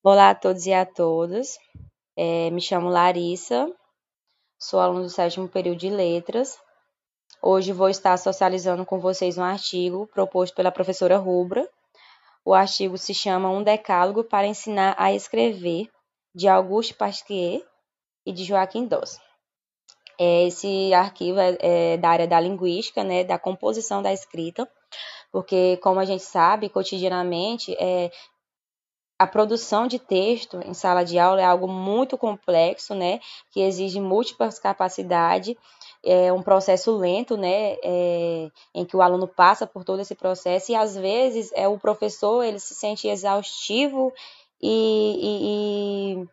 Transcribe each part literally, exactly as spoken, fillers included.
Olá a todos e a todas. É, me chamo Larissa, sou aluna do sétimo período de Letras. Hoje vou estar socializando com vocês um artigo proposto pela professora Rubra. O artigo se chama Um Decálogo para Ensinar a Escrever, de Auguste Pasquier e de Joaquim Doss. É, esse arquivo é, é da área da linguística, né, da composição da escrita, porque, como a gente sabe, cotidianamente, é, a produção de texto em sala de aula é algo muito complexo, né, que exige múltiplas capacidades, é um processo lento, né, é, em que o aluno passa por todo esse processo e às vezes é o professor ele se sente exaustivo e, e, e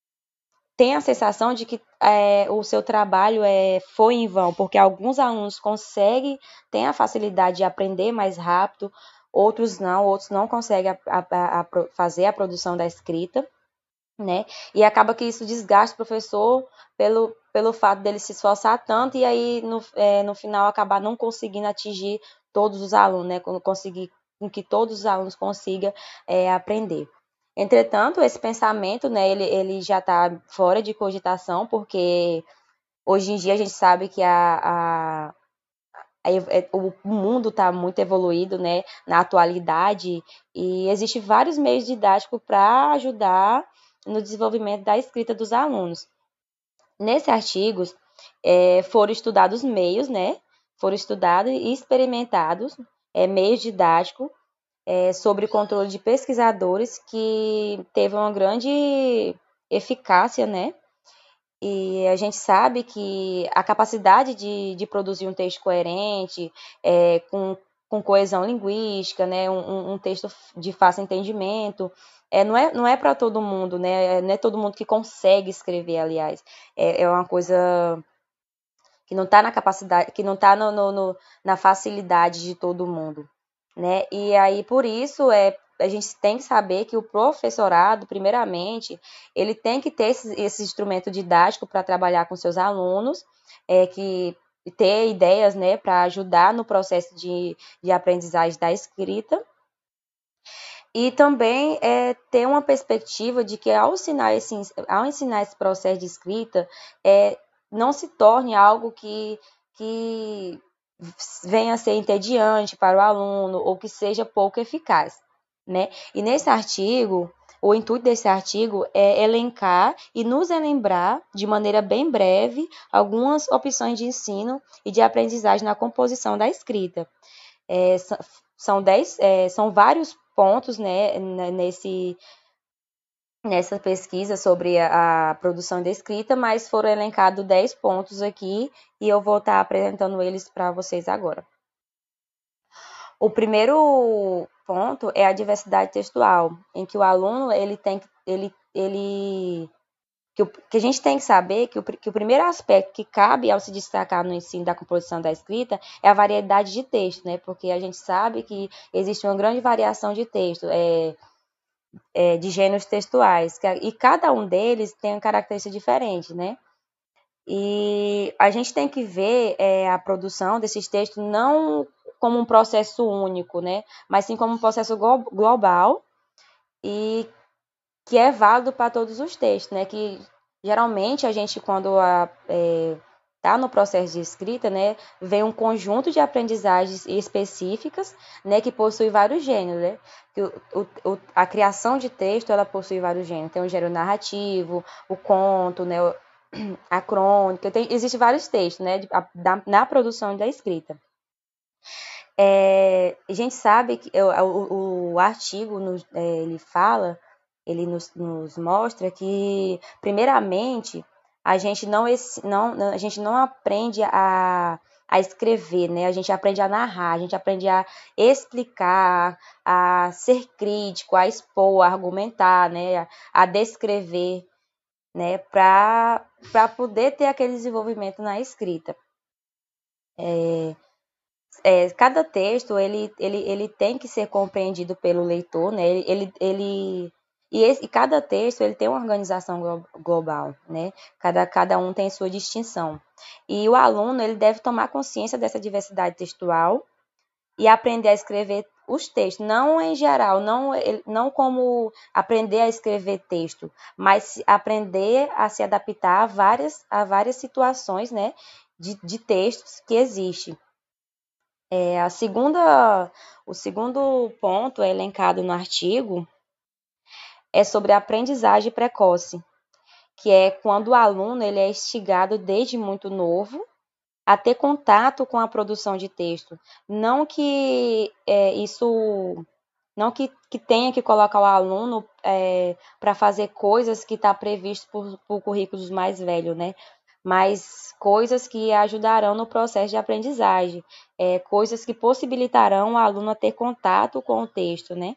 tem a sensação de que é, o seu trabalho é, foi em vão, porque alguns alunos conseguem, têm a facilidade de aprender mais rápido, outros não, outros não conseguem a, a, a fazer a produção da escrita, né? E acaba que isso desgasta o professor pelo, pelo fato dele se esforçar tanto e aí no, é, no final acabar não conseguindo atingir todos os alunos, né? Conseguir com que todos os alunos consigam é, aprender. Entretanto, esse pensamento, né, ele, ele já está fora de cogitação, porque hoje em dia a gente sabe que a, a, a, o mundo está muito evoluído, né, na atualidade, e existem vários meios didáticos para ajudar no desenvolvimento da escrita dos alunos. Nesse artigo, é, foram estudados meios, né, foram estudados e experimentados é, meios didáticos É, sobre controle de pesquisadores que teve uma grande eficácia, né? E a gente sabe que a capacidade de, de produzir um texto coerente, é, com, com coesão linguística, né? Um, um texto de fácil entendimento, é, não é, não é para todo mundo, né? Não é todo mundo que consegue escrever, aliás. É, é uma coisa que não está na capacidade, que não está no, no, no, na facilidade de todo mundo, né? E aí, por isso, é, a gente tem que saber que o professorado, primeiramente, ele tem que ter esse, esse instrumento didático para trabalhar com seus alunos, é, que ter ideias, né, para ajudar no processo de, de aprendizagem da escrita, e também é, ter uma perspectiva de que ao ensinar esse, ao ensinar esse processo de escrita, é, não se torne algo que, que venha a ser entediante para o aluno ou que seja pouco eficaz, né? E nesse artigo, o intuito desse artigo é elencar e nos lembrar, de maneira bem breve, algumas opções de ensino e de aprendizagem na composição da escrita. É, são, dez, é, são vários pontos, né, nesse, nessa pesquisa sobre a, a produção da escrita, mas foram elencados dez pontos aqui e eu vou estar apresentando eles para vocês agora. O primeiro ponto é a diversidade textual, em que o aluno ele tem ele, ele que, o, que a gente tem que saber que o, que o primeiro aspecto que cabe ao se destacar no ensino da composição da escrita é a variedade de texto, né? Porque a gente sabe que existe uma grande variação de texto, é, é, de gêneros textuais, que, e cada um deles tem uma característica diferente, né? E a gente tem que ver é, a produção desses textos não como um processo único, né? Mas sim como um processo global e que é válido para todos os textos, né? Que geralmente a gente, quando está é, no processo de escrita, né, vem um conjunto de aprendizagens específicas, né, que possui vários gêneros, né? Que o, o, a criação de texto ela possui vários gêneros. Tem o gênero narrativo, o conto, né, a crônica, tem, existem vários textos, né, de, a, da, na produção da escrita. É, a gente sabe que o, o, o artigo nos, é, ele fala, ele nos, nos mostra que, primeiramente, a gente não, não, a gente não aprende a, a escrever, né? A gente aprende a narrar, a gente aprende a explicar, a ser crítico, a expor, a argumentar, né? A, a descrever, né? Para poder ter aquele desenvolvimento na escrita. É, É, cada texto ele, ele, ele tem que ser compreendido pelo leitor, né? Ele, ele, ele e, esse, e cada texto ele tem uma organização global, né? Cada, cada um tem sua distinção. E o aluno ele deve tomar consciência dessa diversidade textual e aprender a escrever os textos, não em geral, não, não como aprender a escrever texto, mas aprender a se adaptar a várias, a várias situações, né, de, de textos que existem. É, a segunda, o segundo ponto elencado no artigo é sobre a aprendizagem precoce, que é quando o aluno ele é instigado desde muito novo a ter contato com a produção de texto. Não que é, isso, não que, que tenha que colocar o aluno é, para fazer coisas que está previsto por, por currículos mais velhos, né? Mas coisas que ajudarão no processo de aprendizagem, é, coisas que possibilitarão o aluno a ter contato com o texto, né?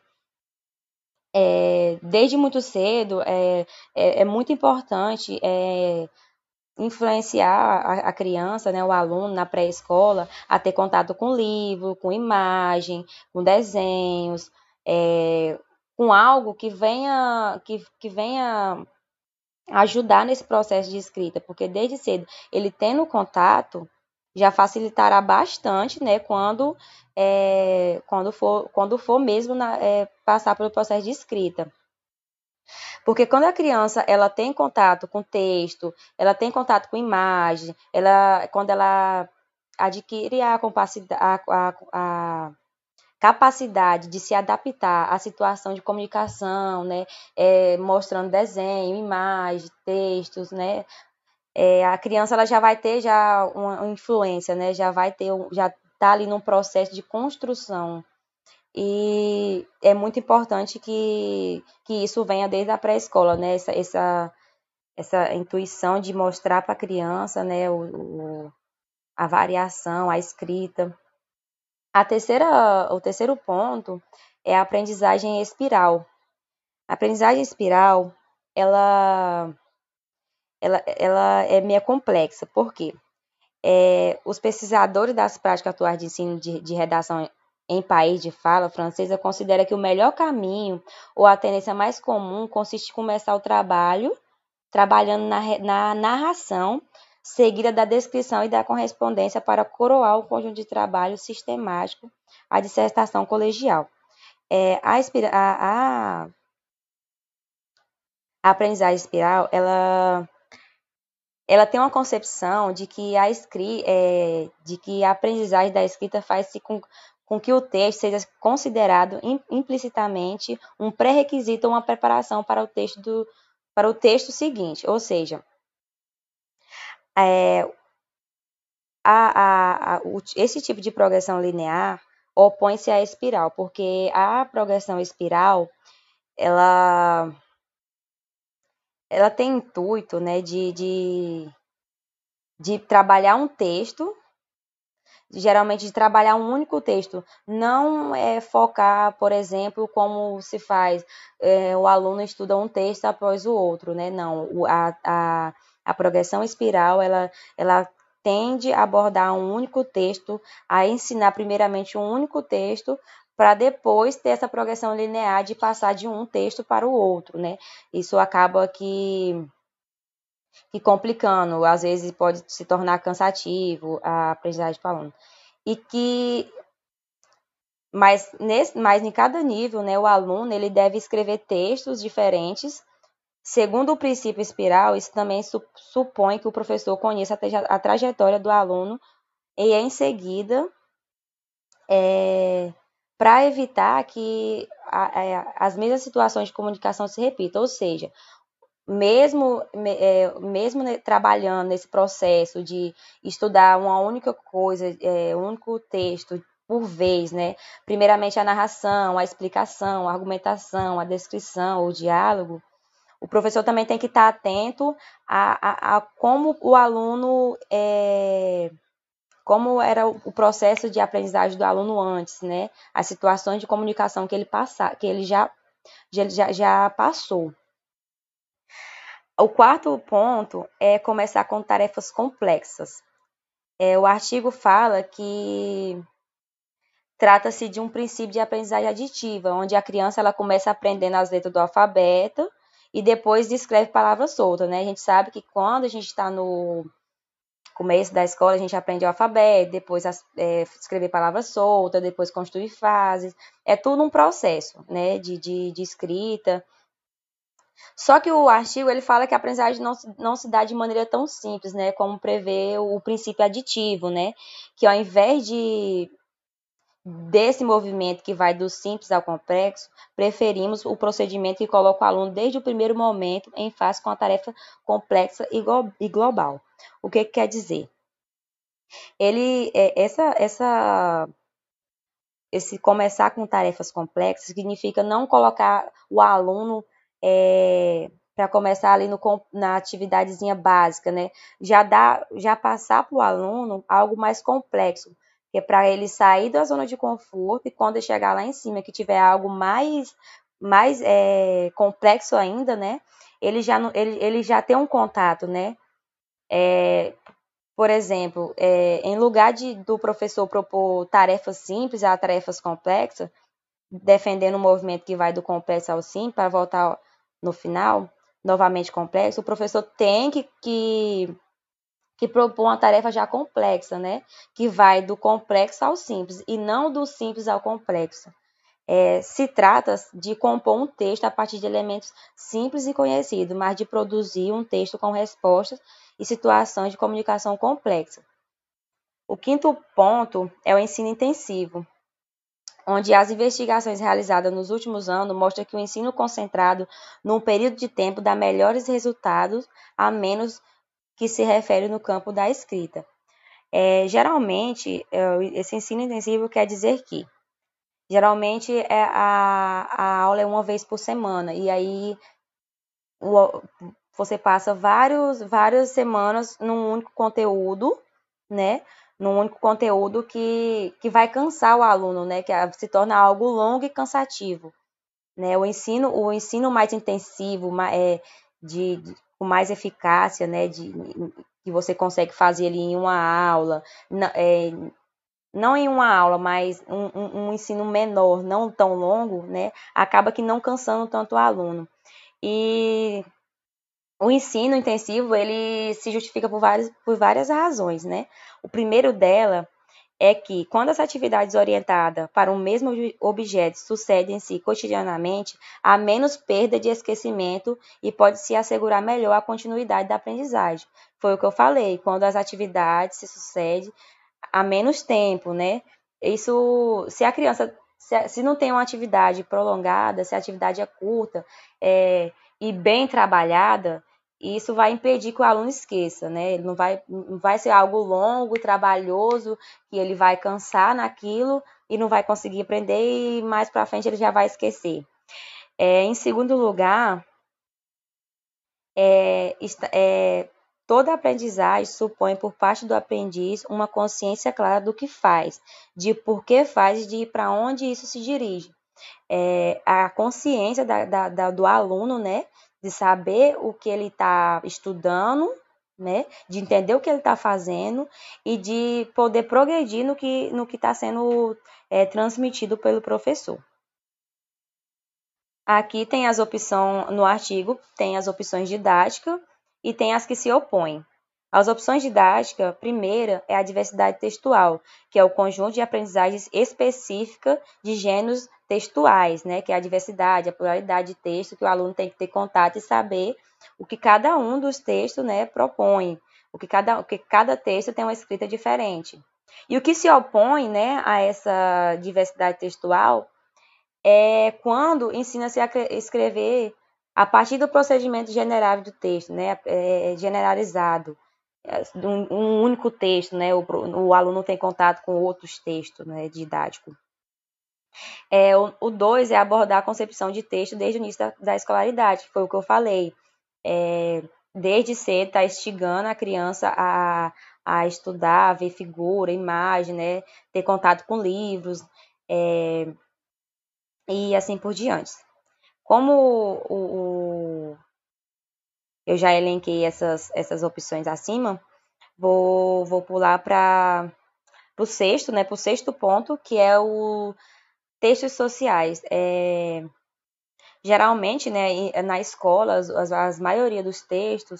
É, desde muito cedo, é, é, é muito importante é, influenciar a, a criança, né, o aluno na pré-escola, a ter contato com livro, com imagem, com desenhos, é, com algo que venha, que, que venha ajudar nesse processo de escrita, porque desde cedo ele tendo contato já facilitará bastante, né, quando, é, quando, for, quando for mesmo na, é, passar pelo processo de escrita. Porque quando a criança ela tem contato com texto, ela tem contato com imagem, ela, quando ela adquire a, a, a, a capacidade de se adaptar à situação de comunicação, né, é, mostrando desenho, imagem, textos, né, é, a criança ela já vai ter já uma influência, né, já vai ter, já está ali num processo de construção. E é muito importante que, que isso venha desde a pré-escola, né? Essa, essa, essa intuição de mostrar para a criança, né, o, o, a variação, a escrita. A terceira, o terceiro ponto é a aprendizagem espiral. A aprendizagem espiral, ela, ela, ela é meio complexa. Por quê? É, os pesquisadores das práticas atuais de ensino de, de redação em país de fala francesa considera que o melhor caminho ou a tendência mais comum consiste em começar o trabalho trabalhando na, na narração seguida da descrição e da correspondência para coroar o conjunto de trabalho sistemático, a dissertação colegial. É, a, a, a, a aprendizagem espiral, ela ela tem uma concepção de que a, escri é, de que a aprendizagem da escrita faz-se com, com que o texto seja considerado implicitamente um pré-requisito ou uma preparação para o texto, do, para o texto seguinte. Ou seja, é, a, a, a, o, esse tipo de progressão linear opõe-se à espiral, porque a progressão espiral ela, ela tem intuito, né, de, de, de trabalhar um texto, geralmente de trabalhar um único texto, não é focar, por exemplo, como se faz, é, o aluno estuda um texto após o outro, né? Não, a, a, a progressão espiral, ela, ela tende a abordar um único texto, a ensinar primeiramente um único texto, para depois ter essa progressão linear de passar de um texto para o outro, né? Isso acaba que que complicando, às vezes pode se tornar cansativo a aprendizagem do aluno. E que, mas, nesse, mas em cada nível, né, o aluno ele deve escrever textos diferentes. Segundo o princípio espiral, isso também su, supõe que o professor conheça a, a trajetória do aluno e, em seguida, é, para evitar que a, a, as mesmas situações de comunicação se repitam. Ou seja, mesmo, é, mesmo trabalhando nesse processo de estudar uma única coisa, é, um único texto por vez, né? Primeiramente a narração, a explicação, a argumentação, a descrição, o diálogo, o professor também tem que estar atento a, a, a como o aluno, é, como era o processo de aprendizagem do aluno antes, né? As situações de comunicação que ele, passa, que ele já, já, já passou. O quarto ponto é começar com tarefas complexas. É, o artigo fala que trata-se de um princípio de aprendizagem aditiva, onde a criança ela começa aprendendo as letras do alfabeto e depois escreve palavras soltas, né? A gente sabe que quando a gente está no começo da escola a gente aprende o alfabeto, depois as, é, escrever palavras soltas, depois construir frases. É tudo um processo, né, de, de, de escrita. Só que o artigo ele fala que a aprendizagem não, se- não se dá de maneira tão simples, né, como prevê o princípio aditivo, né, que ao invés de desse movimento que vai do simples ao complexo, preferimos o procedimento que coloca o aluno desde o primeiro momento em face com a tarefa complexa e glo- e global. O que, que quer dizer? Ele, é, essa, essa, esse começar com tarefas complexas significa não colocar o aluno é, para começar ali no, na atividadezinha básica, né? Já dá, já passar para o aluno algo mais complexo, que é para ele sair da zona de conforto e quando ele chegar lá em cima, que tiver algo mais, mais é, complexo ainda, né? Ele já, ele, ele já tem um contato, né? É, por exemplo, é, em lugar de, do professor propor tarefas simples a tarefas complexas, defendendo um movimento que vai do complexo ao simples, para voltar no final, novamente complexo, o professor tem que, que, que propor uma tarefa já complexa, né? Que vai do complexo ao simples, e não do simples ao complexo. É, se trata de compor um texto a partir de elementos simples e conhecidos, mas de produzir um texto com respostas e situações de comunicação complexa. O quinto ponto é o ensino intensivo, onde as investigações realizadas nos últimos anos mostram que o ensino concentrado num período de tempo dá melhores resultados, a menos que se refere no campo da escrita. É, geralmente, é, esse ensino intensivo quer dizer que, geralmente, é a, a aula é uma vez por semana, e aí o, você passa vários, várias semanas num único conteúdo, né? Num único conteúdo que, que vai cansar o aluno, né? Que se torna algo longo e cansativo, né? O ensino, o ensino mais intensivo, é, de, de, com mais eficácia, né? De, que você consegue fazer ali em uma aula, é, não em uma aula, mas um, um, um ensino menor, não tão longo, né? Acaba que não cansando tanto o aluno. E o ensino intensivo, ele se justifica por várias, por várias razões, né? O primeiro dela é que, quando as atividades orientadas para o mesmo objeto sucedem-se cotidianamente, há menos perda de esquecimento e pode-se assegurar melhor a continuidade da aprendizagem. Foi o que eu falei, quando as atividades se sucedem há menos tempo, né? Isso, se a criança, se, se não tem uma atividade prolongada, se a atividade é curta é, e bem trabalhada, isso vai impedir que o aluno esqueça, né? Ele não vai, não vai ser algo longo, trabalhoso, que ele vai cansar naquilo e não vai conseguir aprender e mais para frente ele já vai esquecer. É, em segundo lugar, é, é, toda aprendizagem supõe por parte do aprendiz uma consciência clara do que faz, de por que faz e de para onde isso se dirige. É, a consciência da, da, da, do aluno, né, de saber o que ele está estudando, né, de entender o que ele está fazendo e de poder progredir no que no que está sendo é, transmitido pelo professor. Aqui tem as opções, no artigo, tem as opções didáticas e tem as que se opõem. As opções didáticas, primeira é a diversidade textual, que é o conjunto de aprendizagens específica de gêneros textuais, né? Que é a diversidade, a pluralidade de texto, que o aluno tem que ter contato e saber o que cada um dos textos, né, propõe, o que cada, o que cada texto tem uma escrita diferente. E o que se opõe, né, a essa diversidade textual é quando ensina-se a escrever a partir do procedimento generável do texto, né, é, generalizado, um, um único texto, né, o, o aluno tem contato com outros textos, né, didático. É, o dois é abordar a concepção de texto desde o início da, da escolaridade, que foi o que eu falei. É, desde cedo está instigando a criança a, a estudar, a ver figura, imagem, né, ter contato com livros, é, e assim por diante. Como o, o, eu já elenquei essas, essas opções acima, vou, vou pular para o sexto, né, para o sexto ponto, que é o textos sociais. É, geralmente, né, na escola, as, as maioria dos textos,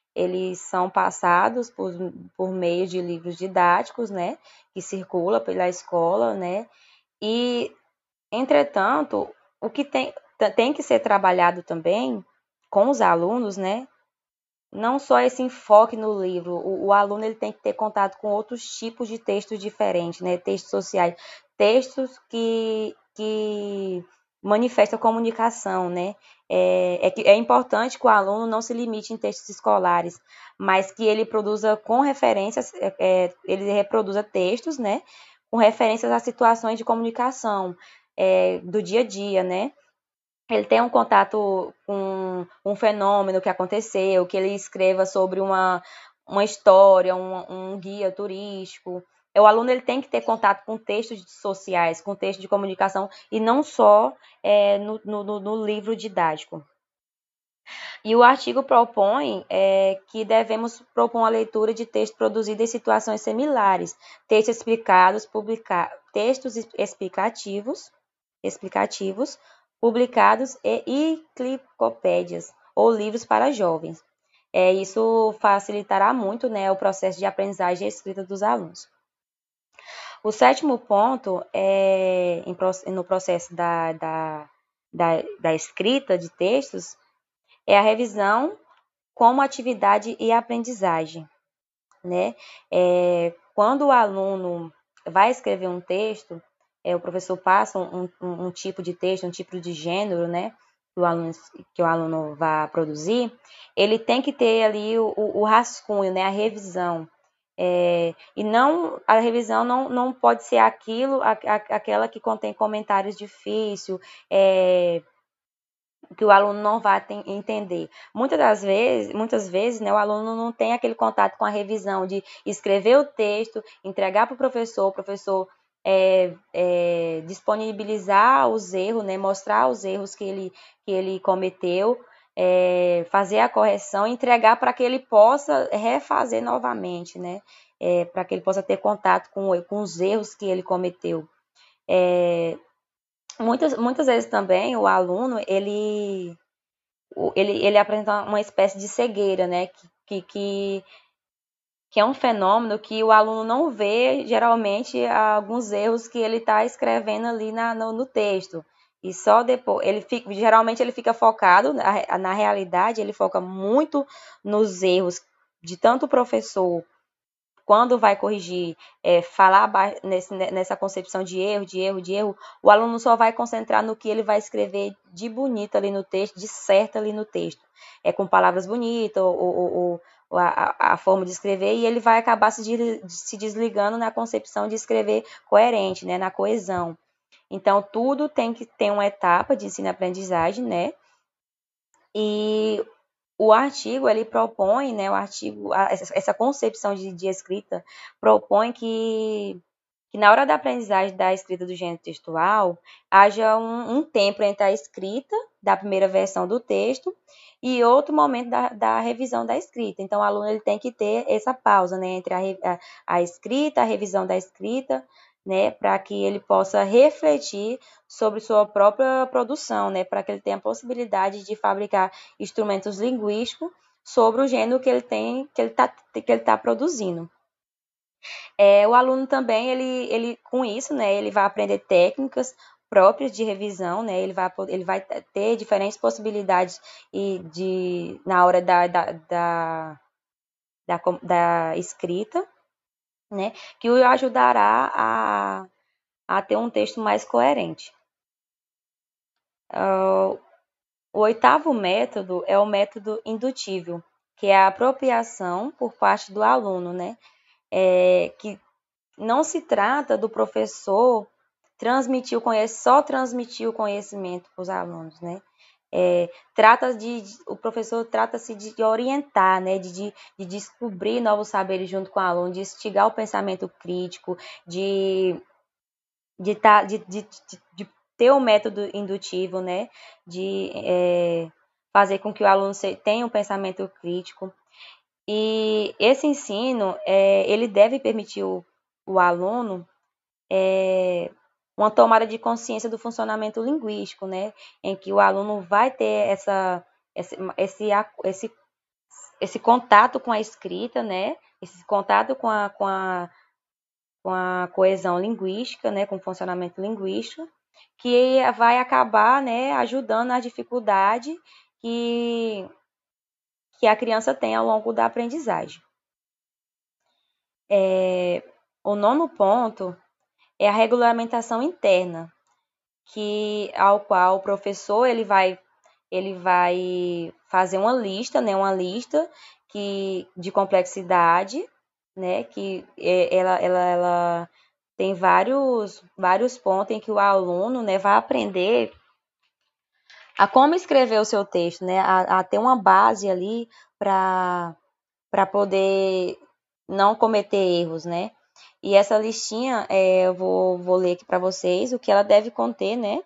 eles são passados por, por meio de livros didáticos, né, que circula pela escola, né, e, entretanto, o que tem, tem que ser trabalhado também com os alunos, né, não só esse enfoque no livro, o, o aluno ele tem que ter contato com outros tipos de textos diferentes, né, textos sociais, textos que, que manifestam comunicação, né, é, é, que- é importante que o aluno não se limite em textos escolares, mas que ele produza com referências, é, é, ele reproduza textos, né, com referências a situações de comunicação, é, do dia a dia, né, ele tem um contato com um fenômeno que aconteceu, que ele escreva sobre uma, uma história, um, um guia turístico. O aluno ele tem que ter contato com textos sociais, com textos de comunicação, e não só é, no, no, no livro didático. E o artigo propõe é, que devemos propor uma leitura de texto produzido em situações similares, textos explicados, publicar, textos explicativos, explicativos, publicados e enciclopédias ou livros para jovens. É, isso facilitará muito, né, o processo de aprendizagem e escrita dos alunos. O sétimo ponto é em, no processo da, da, da, da escrita de textos é a revisão como atividade e aprendizagem, né? É, quando o aluno vai escrever um texto, é, o professor passa um, um, um tipo de texto, um tipo de gênero, né? Que o aluno, que o aluno vai produzir, ele tem que ter ali o, o rascunho, né? A revisão. É, e não a revisão não, não pode ser aquilo, a, a, aquela que contém comentários difíceis, é, que o aluno não vai ter, entender. Muitas das vezes, muitas vezes, né, o aluno não tem aquele contato com a revisão de escrever o texto, entregar para o professor, o professor é, é, disponibilizar os erros, né, mostrar os erros que ele, que ele cometeu, é, fazer a correção, entregar para que ele possa refazer novamente, né, é, para que ele possa ter contato com, com os erros que ele cometeu. É, muitas, muitas vezes também o aluno, ele ele, ele apresenta uma espécie de cegueira, né? Que, que, que é um fenômeno que o aluno não vê, geralmente, alguns erros que ele está escrevendo ali na, no, no texto. E só depois, ele fica, geralmente ele fica focado, na, na realidade, ele foca muito nos erros de tanto o professor quando vai corrigir, é, falar nesse, nessa concepção de erro, de erro, de erro, o aluno só vai concentrar no que ele vai escrever de bonito ali no texto, de certo ali no texto. É com palavras bonitas, ou, ou, ou a, a, forma de escrever, e ele vai acabar se, se desligando na concepção de escrever coerente, né, na coesão. Então, tudo tem que ter uma etapa de ensino-aprendizagem, né? E o artigo, ele propõe, né, o artigo, essa concepção de, de escrita propõe que, que na hora da aprendizagem da escrita do gênero textual, haja um, um tempo entre a escrita da primeira versão do texto e outro momento da, da revisão da escrita. Então, o aluno ele tem que ter essa pausa, né, entre a, a, a escrita, a revisão da escrita, né, para que ele possa refletir sobre sua própria produção, né, para que ele tenha a possibilidade de fabricar instrumentos linguísticos sobre o gênero que ele tem, que ele está que ele tá produzindo. É, o aluno também, ele, ele, com isso, né, ele vai aprender técnicas próprias de revisão, né, ele vai, ele vai ter diferentes possibilidades e de, na hora da, da, da, da, da escrita, né, que o ajudará a, a ter um texto mais coerente. Uh, o oitavo método é o método indutível, que é a apropriação por parte do aluno, né? É, que não se trata do professor transmitir o conhecimento, só transmitir o conhecimento para os alunos, né? É, trata de, o professor trata-se de orientar, né? De, de, de descobrir novos saberes junto com o aluno, de instigar o pensamento crítico, de de, tá, de, de, de, de ter o método indutivo, né? De é, fazer com que o aluno tenha um pensamento crítico. E esse ensino, é, ele deve permitir o, o aluno é, uma tomada de consciência do funcionamento linguístico, né? Em que o aluno vai ter essa, esse, esse, esse esse contato com a escrita, né? Esse contato com a, com a, com a coesão linguística, né? Com o funcionamento linguístico, que vai acabar, né, ajudando na dificuldade que, que a criança tem ao longo da aprendizagem. É, o nono ponto é a regulamentação interna, que ao qual o professor ele vai ele vai fazer uma lista, né, uma lista que de complexidade, né, que é, ela, ela, ela tem vários vários pontos em que o aluno, né, vai aprender a como escrever o seu texto, né, a, a ter uma base ali para para poder não cometer erros, né? E essa listinha, é, eu vou, vou ler aqui para vocês o que ela deve conter, né?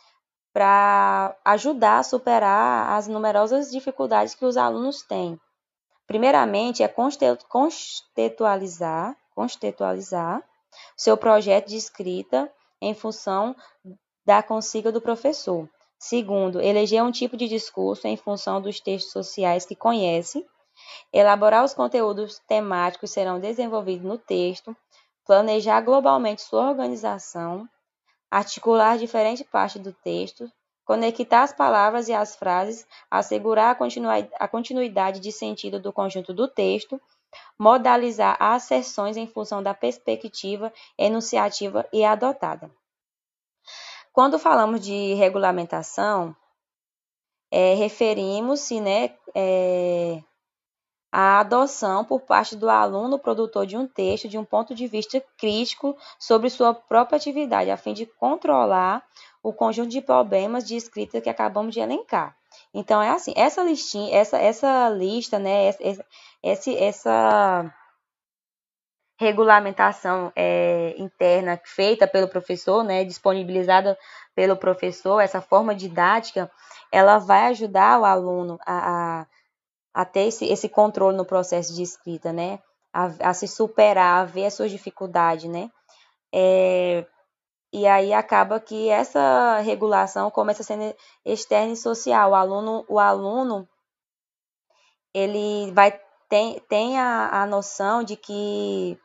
Para ajudar a superar as numerosas dificuldades que os alunos têm. Primeiramente, é contextualizar, contextualizar seu projeto de escrita em função da consiga do professor. Segundo, eleger um tipo de discurso em função dos textos sociais que conhece. Elaborar os conteúdos temáticos serão desenvolvidos no texto. Planejar globalmente sua organização. Articular diferentes partes do texto. Conectar as palavras e as frases. Assegurar a continuidade de sentido do conjunto do texto. Modalizar as seções em função da perspectiva enunciativa e adotada. Quando falamos de regulamentação, é, referimos-se, né, é, à adoção por parte do aluno produtor de um texto de um ponto de vista crítico sobre sua própria atividade, a fim de controlar o conjunto de problemas de escrita que acabamos de elencar. Então, é assim, essa listinha, essa, essa lista, né, essa, essa, essa regulamentação é, interna feita pelo professor, né, disponibilizada pelo professor, essa forma didática, ela vai ajudar o aluno a, a, a ter esse, esse controle no processo de escrita, né, a, a se superar, a ver as suas dificuldades, né, é, e aí acaba que essa regulação começa a ser externa e social. O aluno, o aluno ele vai tem, tem a, a noção de que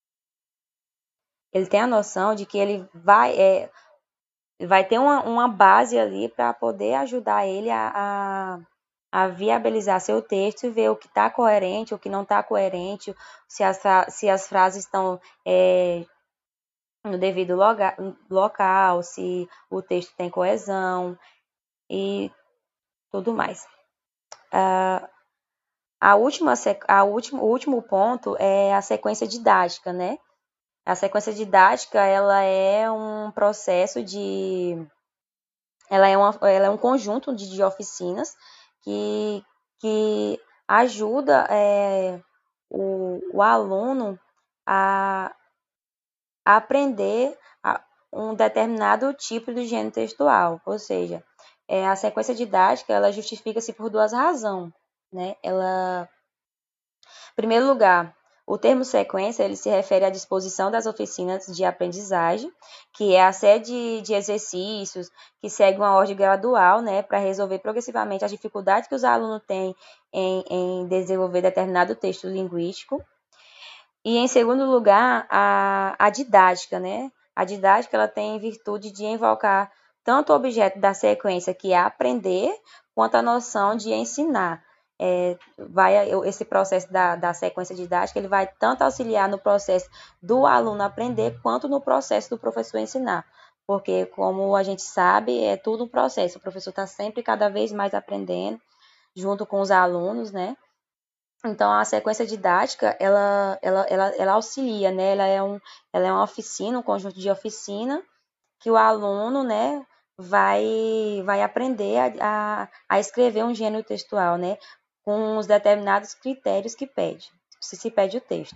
ele tem a noção de que ele vai, é, vai ter uma, uma base ali para poder ajudar ele a, a, a viabilizar seu texto e ver o que está coerente, o que não está coerente, se as, se as frases estão é, no devido loga, local, se o texto tem coesão e tudo mais. Uh, a última, a último, o último ponto é a sequência didática, né? A sequência didática, ela é um processo de... Ela é, uma, ela é um conjunto de, de oficinas que, que ajuda é, o, o aluno a, a aprender a, um determinado tipo de gênero textual. Ou seja, é, a sequência didática, ela justifica-se por duas razões, né? Ela... Em primeiro lugar, o termo sequência ele se refere à disposição das oficinas de aprendizagem, que é a série de, de exercícios que segue uma ordem gradual, né, para resolver progressivamente as dificuldades que os alunos têm em, em desenvolver determinado texto linguístico. E, em segundo lugar, a, a didática, né? A didática ela tem virtude de invocar tanto o objeto da sequência, que é aprender, quanto a noção de ensinar. É, vai, esse processo da, da sequência didática ele vai tanto auxiliar no processo do aluno aprender, quanto no processo do professor ensinar. Porque, como a gente sabe, é tudo um processo. O professor está sempre cada vez mais aprendendo, junto com os alunos, né? Então, a sequência didática, ela, ela, ela, ela auxilia, né? Ela é, um, ela é uma oficina, um conjunto de oficina que o aluno, né, vai, vai aprender a, a, a escrever um gênero textual, né? Com os determinados critérios que pede, se se pede o texto.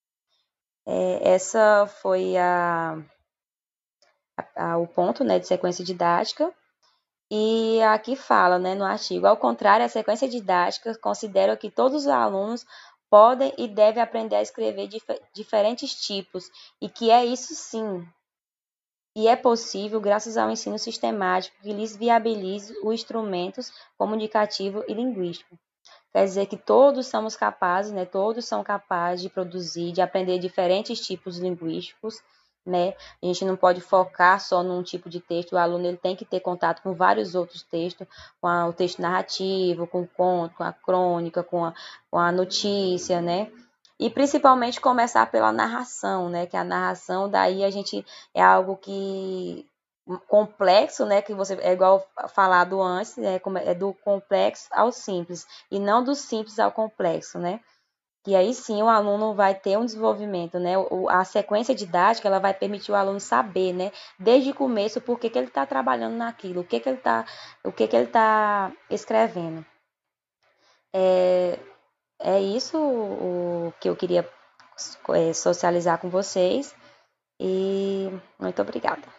É, essa foi a, a, a, o ponto, né, de sequência didática. E aqui fala, né, no artigo, ao contrário, a sequência didática considera que todos os alunos podem e devem aprender a escrever dif diferentes tipos, e que é isso sim, e é possível graças ao ensino sistemático que lhes viabilize os instrumentos comunicativo e linguístico. quer dizer que todos somos capazes, né? Todos são capazes de produzir, de aprender diferentes tipos linguísticos, né? A gente não pode focar só num tipo de texto, o aluno ele tem que ter contato com vários outros textos, com a, o texto narrativo, com o conto, com a crônica, com a, com a notícia, né? E principalmente começar pela narração, né? Que a narração daí a gente é algo que complexo, né? Que você é igual falado antes, né, é do complexo ao simples e não do simples ao complexo, né? E aí sim o aluno vai ter um desenvolvimento, né? O, a sequência didática ela vai permitir o aluno saber, né? Desde o começo por que, que ele está trabalhando naquilo, o que, que ele está, o que, que ele está escrevendo. É, é isso o que eu queria é, socializar com vocês e muito obrigada.